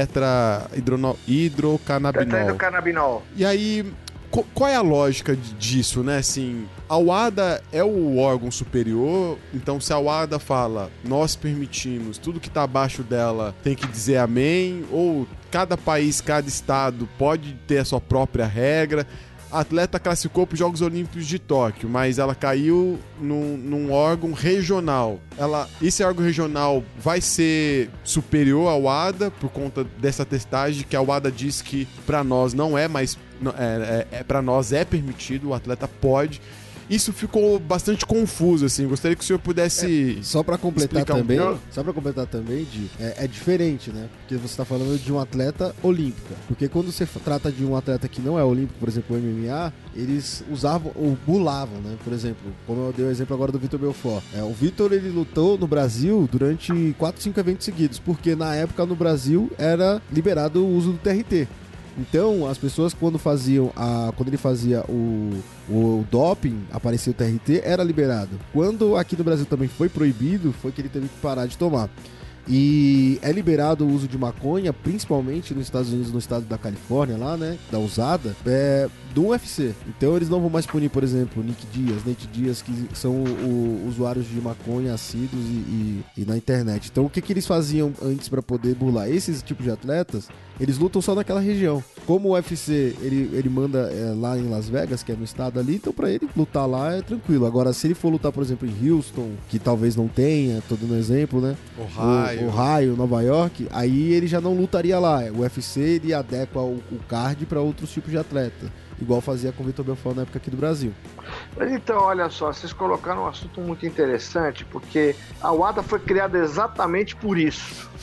tetrahidrocannabinol. Tetrahidrocannabinol. E aí, co- qual é a lógica disso, né? Assim, a U A D A é o órgão superior, então se a U A D A fala, nós permitimos, tudo que está abaixo dela tem que dizer amém, ou cada país, cada estado pode ter a sua própria regra. A atleta classificou para os Jogos Olímpicos de Tóquio, mas ela caiu num, num órgão regional. Ela, esse órgão regional vai ser superior ao A D A por conta dessa testagem que a U A D A diz que para nós não é mais, é, é, é, para nós é permitido, o atleta pode. Isso ficou bastante confuso, assim. Gostaria que o senhor pudesse... É, só para completar também, um... só para completar também, Di, é, é diferente, né? Porque você está falando de um atleta olímpica. Porque quando você trata de um atleta que não é olímpico, por exemplo, o M M A, eles usavam ou bulavam, né? Por exemplo, como eu dei o exemplo agora do Vitor Belfort. É, o Vitor, ele lutou no Brasil durante quatro, cinco eventos seguidos, porque na época no Brasil era liberado o uso do T R T. Então, as pessoas quando faziam a, quando ele fazia o, o doping, aparecia o T R T, era liberado. Quando aqui no Brasil também foi proibido, foi que ele teve que parar de tomar. E é liberado o uso de maconha, principalmente nos Estados Unidos, no estado da Califórnia, lá, né, da usada, é, do U F C. Então eles não vão mais punir, por exemplo, Nick Diaz, Nate Diaz, que são o, o, usuários de maconha assíduos e, e, e na internet. Então o que, que eles faziam antes para poder burlar esses tipos de atletas? Eles lutam só naquela região. Como o U F C, ele, ele manda é, lá em Las Vegas, que é no estado ali, então pra ele lutar lá é tranquilo. Agora, se ele for lutar, por exemplo, em Houston, que talvez não tenha, tô dando um exemplo, né? Ohio. O, Ohio, Nova York, aí ele já não lutaria lá. O U F C, ele adequa o, o card pra outros tipos de atleta. Igual fazia com o Vitor Belfort na época aqui do Brasil. Mas então, olha só, vocês colocaram um assunto muito interessante, porque a U A D A foi criada exatamente por isso.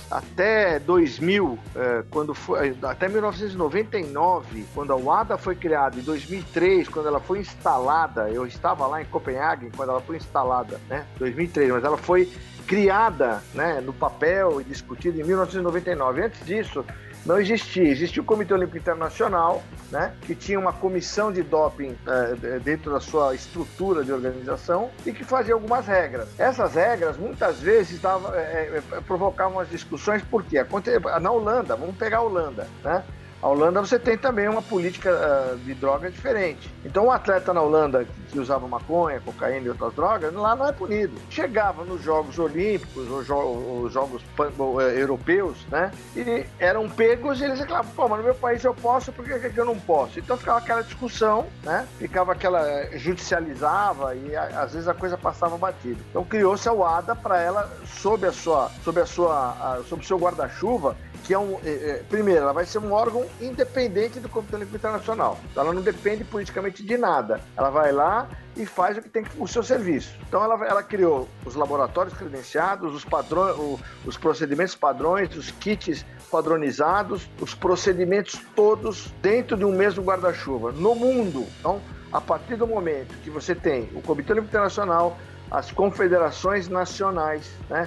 até dois mil, é, quando foi, até mil novecentos e noventa e nove, quando a WADA foi criada, em dois mil e três, quando ela foi instalada, eu estava lá em Copenhague quando ela foi instalada, né? dois mil e três, mas ela foi criada, né, no papel e discutida em mil novecentos e noventa e nove. Antes disso, não existia. Existia o Comitê Olímpico Internacional, né, que tinha uma comissão de doping é, dentro da sua estrutura de organização e que fazia algumas regras. Essas regras, muitas vezes, tava, é, é, provocavam as discussões, por quê? Na Holanda, vamos pegar a Holanda, né? A Holanda você tem também uma política uh, de droga diferente. Então o atleta na Holanda que usava maconha, cocaína e outras drogas, lá não é punido. Chegava nos Jogos Olímpicos, os, jo- os Jogos pan- uh, Europeus, né? E eram pegos e eles reclamavam, pô, mas no meu país eu posso, por que, que eu não posso? Então ficava aquela discussão, né? Ficava aquela... judicializava e a, às vezes a coisa passava batida. Então criou-se a WADA para ela, sob a sua, sob a sua, a, sob o seu guarda-chuva, que é um, é, é, primeiro, ela vai ser um órgão independente do Comitê Olímpico Internacional. Então, ela não depende politicamente de nada. Ela vai lá e faz o que tem que, o seu serviço. Então, ela, ela criou os laboratórios credenciados, os, padrões, o, os procedimentos padrões, os kits padronizados, os procedimentos todos dentro de um mesmo guarda-chuva, no mundo. Então, a partir do momento que você tem o Comitê Olímpico Internacional, as confederações nacionais, né?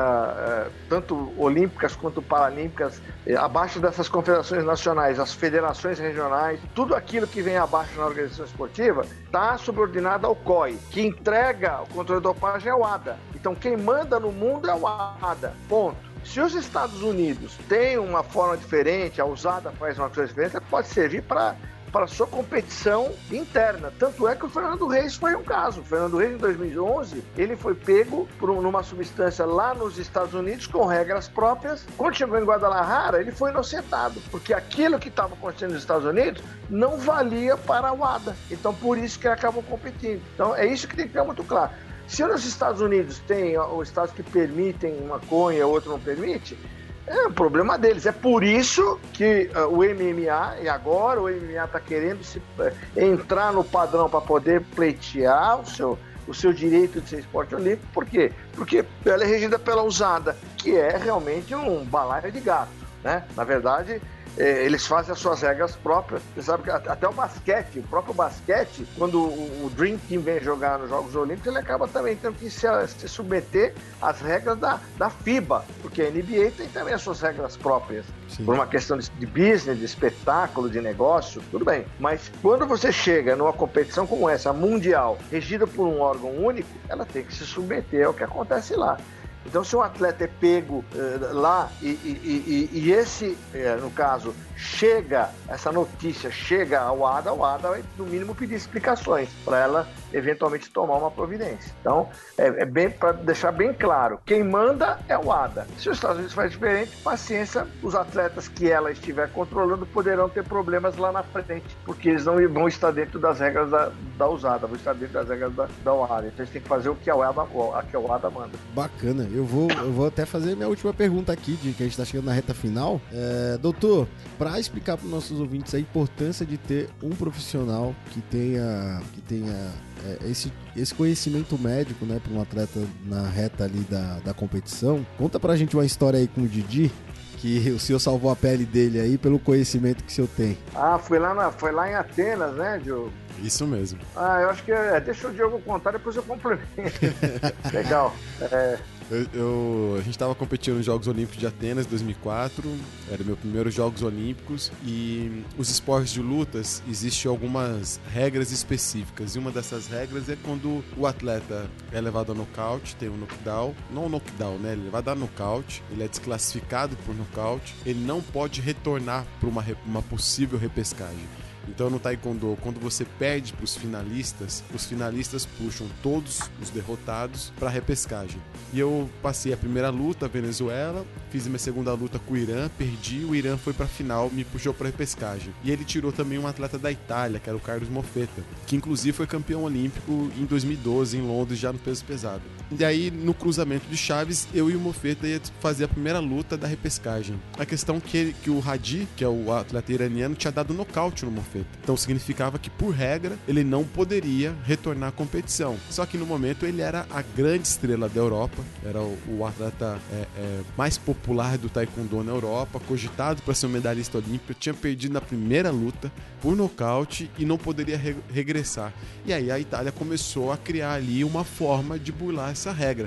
Uh, uh, tanto olímpicas quanto paralímpicas, eh, abaixo dessas confederações nacionais, as federações regionais, tudo aquilo que vem abaixo na organização esportiva está subordinado ao C O I, que entrega o controle da dopagem ao WADA. Então quem manda no mundo é o WADA, ponto. Se os Estados Unidos têm uma forma diferente, a USADA faz uma coisa diferente, pode servir para para sua competição interna. Tanto é que o Fernando Reis foi um caso. O Fernando Reis, em dois mil e onze, ele foi pego por um, numa substância lá nos Estados Unidos com regras próprias. Quando chegou em Guadalajara, ele foi inocentado, porque aquilo que estava acontecendo nos Estados Unidos não valia para a WADA. Então, por isso que ele acabou competindo. Então, é isso que tem que ficar muito claro. Se nos Estados Unidos tem os estados que permitem maconha, outro não permite, é o problema deles. É por isso que uh, o M M A, e agora o M M A está querendo se, uh, entrar no padrão para poder pleitear o seu, o seu direito de ser esporte olímpico. Por quê? Porque ela é regida pela USADA, que é realmente um balaio de gato, né? Na verdade, eh, eles fazem as suas regras próprias. Você sabe que até o basquete, o próprio basquete, quando o, o Dream Team vem jogar nos Jogos Olímpicos, ele acaba também tendo que se, se submeter às regras da, da FIBA, porque a N B A tem também as suas regras próprias. Sim. Por uma questão de, de business, de espetáculo, de negócio, tudo bem. Mas quando você chega numa competição como essa, mundial, regida por um órgão único, ela tem que se submeter ao que acontece lá. Então, se um atleta é pego uh, lá e, e, e, e esse, uh, no caso, chega, essa notícia chega ao WADA, o WADA vai, no mínimo, pedir explicações para ela, eventualmente, tomar uma providência. Então, é, é bem para deixar bem claro, quem manda é o WADA. Se os Estados Unidos faz diferente, paciência, os atletas que ela estiver controlando poderão ter problemas lá na frente, porque eles não vão estar dentro das regras da, da USADA, vão estar dentro das regras da, da WADA. Então, eles têm que fazer o que a WADA, a que a WADA manda. Bacana. Eu vou, eu vou até fazer minha última pergunta aqui, de que a gente está chegando na reta final. É, doutor, para explicar para os nossos ouvintes a importância de ter um profissional que tenha, que tenha é, esse, esse conhecimento médico, né, para um atleta na reta ali da, da competição, conta para a gente uma história aí com o Didi, que o senhor salvou a pele dele aí pelo conhecimento que o senhor tem. Ah, foi lá, na, foi lá em Atenas, né, Diogo? Isso mesmo. Ah, eu acho que é, deixa o Diogo contar, depois eu complemento. Legal. É... Eu, eu, a gente estava competindo nos Jogos Olímpicos de Atenas dois mil e quatro, era meu primeiro Jogos Olímpicos, e os esportes de lutas existem algumas regras específicas, e uma dessas regras é quando o atleta é levado a nocaute, tem um knockdown, não um knockdown, né? Ele vai dar nocaute, ele é desclassificado por nocaute, ele não pode retornar para uma, uma possível repescagem. Então no Taekwondo, quando você perde para os finalistas, os finalistas puxam todos os derrotados para a repescagem. E eu passei a primeira luta, Venezuela, fiz minha segunda luta com o Irã, perdi, o Irã foi para a final, me puxou para a repescagem. E ele tirou também um atleta da Itália, que era o Carlos Mofetta, que inclusive foi campeão olímpico em dois mil e doze em Londres, já no peso pesado. E aí no cruzamento de chaves, eu e o Mofetta ia fazer a primeira luta da repescagem. A questão que, ele, que o Hadi, que é o atleta iraniano, tinha dado nocaute no Mofetta. estafeta. Então significava que, por regra, ele não poderia retornar à competição. Só que no momento ele era a grande estrela da Europa, era o, o atleta é, é, mais popular do taekwondo na Europa, cogitado para ser um medalhista olímpico, tinha perdido na primeira luta por nocaute e não poderia re- regressar. E aí a Itália começou a criar ali uma forma de burlar essa regra.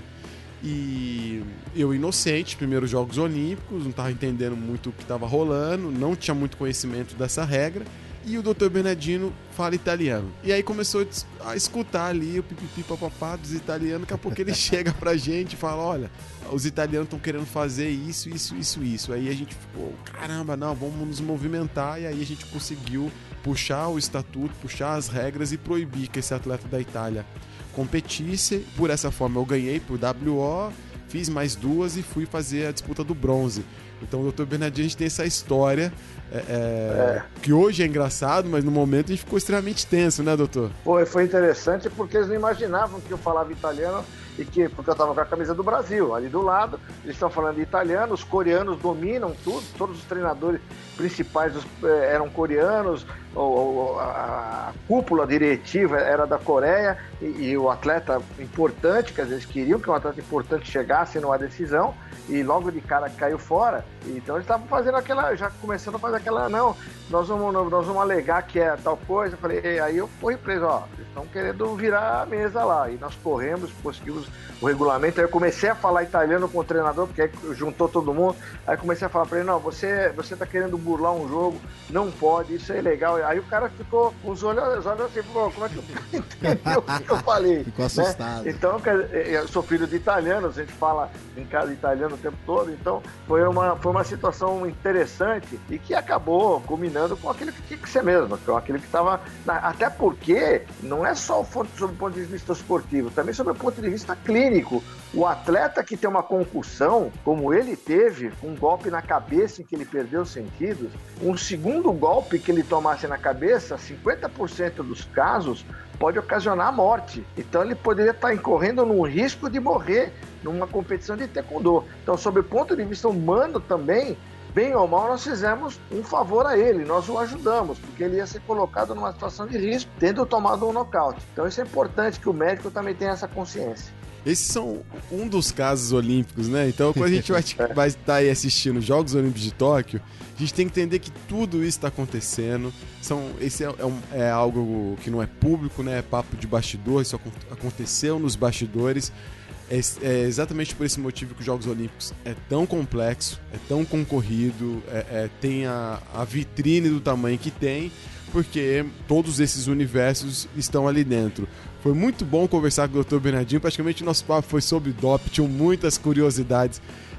E eu, inocente, primeiros Jogos Olímpicos, não estava entendendo muito o que estava rolando, não tinha muito conhecimento dessa regra, e o doutor Bernardino fala italiano. E aí começou a escutar ali o pipipi papapá dos italianos, daqui a pouco ele chega pra gente e fala, olha, os italianos estão querendo fazer isso, isso, isso, isso. Aí a gente ficou, caramba, não, vamos nos movimentar, e aí a gente conseguiu puxar o estatuto, puxar as regras e proibir que esse atleta da Itália competisse. Por essa forma eu ganhei por W O, fiz mais duas e fui fazer a disputa do bronze. Então o doutor Bernardino, a gente tem essa história é, é, que hoje é engraçado, mas no momento a gente ficou extremamente tenso, né, doutor? Foi, foi interessante porque eles não imaginavam que eu falava italiano e que, porque eu estava com a camisa do Brasil ali do lado, eles estão falando italiano, os coreanos dominam tudo, todos os treinadores principais os, eh, eram coreanos, ou, a, a cúpula diretiva era da Coreia, e, e o atleta importante, que às vezes queriam que um atleta importante chegasse numa decisão, e logo de cara caiu fora, então eles estavam fazendo aquela, já começando a fazer aquela, não, nós vamos, nós vamos alegar que é tal coisa. Eu falei, aí eu fui preso, ó, eles estão querendo virar a mesa lá, e nós corremos, conseguimos o regulamento. Aí eu comecei a falar italiano com o treinador, porque aí juntou todo mundo, aí comecei a falar pra ele, não, você, você tá querendo burlar um jogo, não pode, isso é ilegal. Aí o cara ficou com os olhos, os olhos assim, pô, como é que eu entendeu o que eu falei? Ficou assustado. Né? Então, eu sou filho de italianos, a gente fala em casa italiano o tempo todo, então foi uma, foi uma situação interessante e que acabou culminando com aquilo que tinha que ser mesmo, com aquilo que estava... Até porque não é só sob o ponto de vista esportivo, também sob o ponto de vista clínico. O atleta que tem uma concussão, como ele teve, um golpe na cabeça em que ele perdeu os sentidos, um segundo golpe que ele tomasse na cabeça, cinquenta por cento dos casos, pode ocasionar a morte. Então ele poderia estar incorrendo num risco de morrer numa competição de taekwondo. Então, sob o ponto de vista humano também, bem ou mal, nós fizemos um favor a ele, nós o ajudamos, porque ele ia ser colocado numa situação de risco, tendo tomado um nocaute. Então isso é importante que o médico também tenha essa consciência. Esses são um dos casos olímpicos, né? Então, quando a gente vai, vai estar aí assistindo os Jogos Olímpicos de Tóquio, a gente tem que entender que tudo isso está acontecendo. São, esse é, é, um, é algo que não é público, né? É papo de bastidor, isso aconteceu nos bastidores. É, é exatamente por esse motivo que os Jogos Olímpicos é tão complexo, é tão concorrido, é, é, tem a, a vitrine do tamanho que tem, porque todos esses universos estão ali dentro. Foi muito bom conversar com o doutor Bernardino, praticamente o nosso papo foi sobre doping, tinham muitas curiosidades.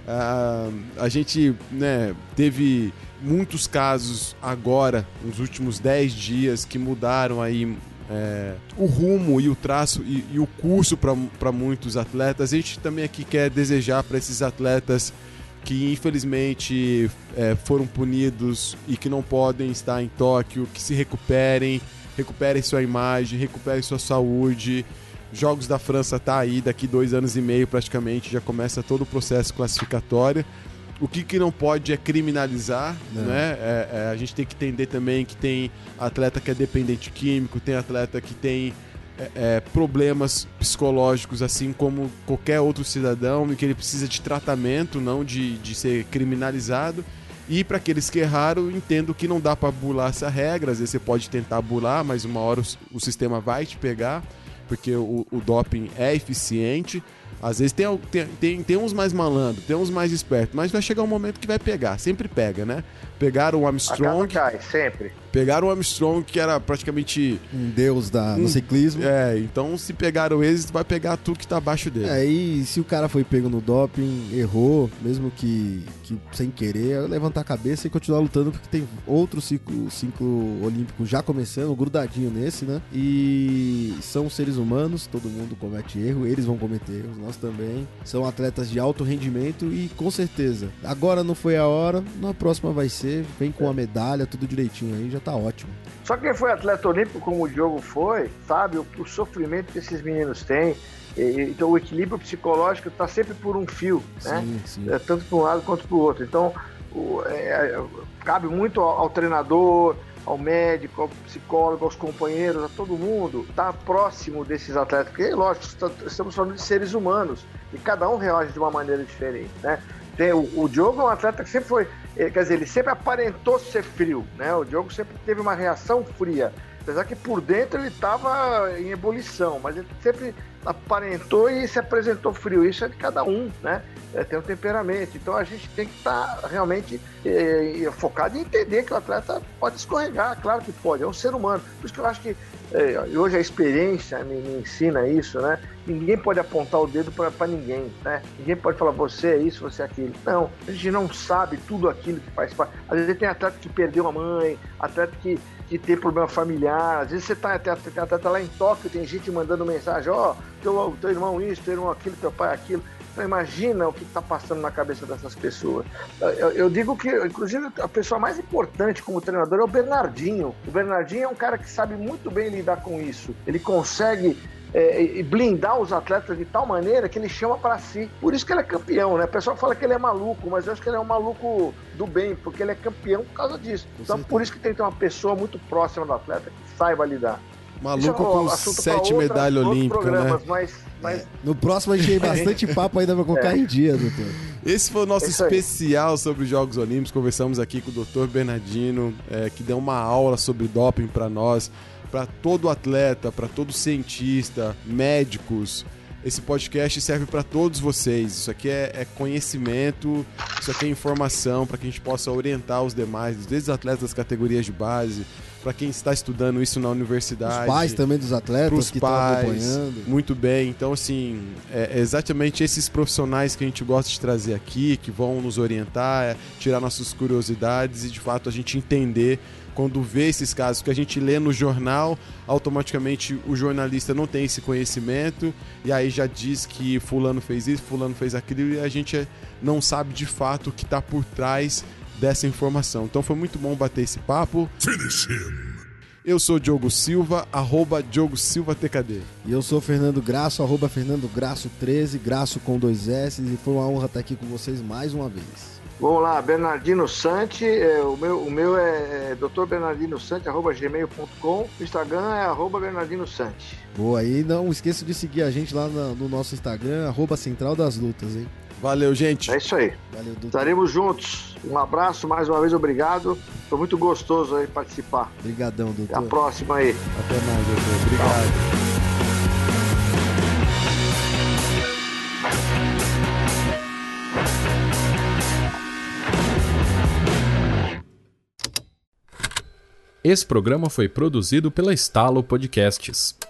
Uh, a gente, né, teve muitos casos agora, nos últimos dez dias, que mudaram aí é, o rumo e o traço e, e o curso para muitos atletas. A gente também aqui quer desejar para esses atletas que infelizmente é, foram punidos e que não podem estar em Tóquio, que se recuperem, recuperem sua imagem, recuperem sua saúde. Jogos da França tá aí, daqui dois anos e meio praticamente, já começa todo o processo classificatório. O que, que não pode é criminalizar, né? É, é, a gente tem que entender também que tem atleta que é dependente químico, tem atleta que tem é, é, problemas psicológicos, assim como qualquer outro cidadão, e que ele precisa de tratamento, não de, de ser criminalizado. E para aqueles que erraram, entendo que não dá para bular essa regra. Às vezes você pode tentar bular, mas uma hora o, o sistema vai te pegar, porque o, o doping é eficiente. Às vezes tem, tem, tem, tem uns mais malandros, tem uns mais espertos, mas vai chegar um momento que vai pegar, sempre pega, né? Pegaram o Armstrong. Cai, sempre. Pegaram o Armstrong, que era praticamente um deus da, um, no ciclismo. É, então se pegaram eles, vai pegar tudo que tá abaixo dele. É, e se o cara foi pego no doping, errou, mesmo que, que sem querer, levantar a cabeça e continuar lutando, porque tem outro ciclo, ciclo olímpico já começando, grudadinho nesse, né? E são seres humanos, todo mundo comete erro, eles vão cometer erros, nós também. São atletas de alto rendimento e com certeza, agora não foi a hora, na próxima vai ser, vem com a medalha, tudo direitinho aí, já tá ótimo. Só quem foi atleta olímpico como o Diogo foi, sabe o, o sofrimento que esses meninos têm. E, então o equilíbrio psicológico está sempre por um fio, sim, né? Sim. É, tanto para um lado quanto para o outro. Então o, é, cabe muito ao, ao treinador, ao médico, ao psicólogo, aos companheiros, a todo mundo, estar próximo desses atletas, porque, lógico, estamos falando de seres humanos, e cada um reage de uma maneira diferente, né? Tem, o, o Diogo é um atleta que sempre foi, quer dizer, ele sempre aparentou ser frio, né? O Diogo sempre teve uma reação fria, apesar que por dentro ele estava em ebulição, mas ele sempre aparentou e se apresentou frio. Isso é de cada um, né? É, tem um temperamento. Então a gente tem que estar tá realmente é, focado em entender que o atleta pode escorregar, claro que pode, é um ser humano. Por isso que eu acho que é, hoje a experiência me, me ensina isso, né? Ninguém pode apontar o dedo para ninguém, né? Ninguém pode falar você é isso, você é aquilo. Não, a gente não sabe tudo aquilo que faz parte. Às vezes tem atleta que perdeu a mãe, atleta que que tem problema familiar, às vezes você tá até, até, até lá em Tóquio, tem gente mandando mensagem, ó, oh, teu, teu irmão isso, teu irmão aquilo, teu pai aquilo. Então imagina o que está passando na cabeça dessas pessoas. Eu, eu digo que, inclusive, a pessoa mais importante como treinador é o Bernardinho. O Bernardinho é um cara que sabe muito bem lidar com isso. Ele consegue É, blindar os atletas de tal maneira que ele chama para si. Por isso que ele é campeão, né? O pessoal fala que ele é maluco, mas eu acho que ele é um maluco do bem, porque ele é campeão por causa disso. Com então, certeza. Por isso que tem que ter uma pessoa muito próxima do atleta que saiba lidar. Maluco é um com sete medalhas olímpicas, né? Mas, mas... É. No próximo a gente tem bastante papo ainda para colocar é. em dia, doutor. Esse foi o nosso especial sobre os Jogos Olímpicos. Conversamos aqui com o doutor Bernardino, é, que deu uma aula sobre doping para nós, para todo atleta, para todo cientista, médicos. Esse podcast serve para todos vocês. Isso aqui é, é conhecimento, isso aqui é informação para que a gente possa orientar os demais, desde os atletas das categorias de base, para quem está estudando isso na universidade. Os pais também dos atletas que estão acompanhando. Muito bem. Então, assim, é exatamente esses profissionais que a gente gosta de trazer aqui, que vão nos orientar, é, tirar nossas curiosidades e, de fato, a gente entender. Quando vê esses casos que a gente lê no jornal, automaticamente o jornalista não tem esse conhecimento e aí já diz que fulano fez isso, fulano fez aquilo e a gente não sabe de fato o que está por trás dessa informação. Então foi muito bom bater esse papo. Finish him. Eu sou Diogo Silva, arroba Diogo Silva T K D. E eu sou Fernando Graço, arroba Fernando Graço treze, Graço com dois S, e foi uma honra estar aqui com vocês mais uma vez. Vamos lá, Bernardino Santi, é, o, meu, o meu é, é doutor Bernardino Santi, arroba gmail ponto com, o Instagram é arroba Bernardino Santi. Boa, aí não esqueça de seguir a gente lá no, no nosso Instagram, arroba Central das Lutas, hein? Valeu, gente. É isso aí. Valeu, doutor. Estaremos juntos. Um abraço, mais uma vez, obrigado. Foi muito gostoso aí participar. Obrigadão, doutor. Até a próxima aí. Até mais, doutor. Obrigado. Tchau. Esse programa foi produzido pela Estalo Podcasts.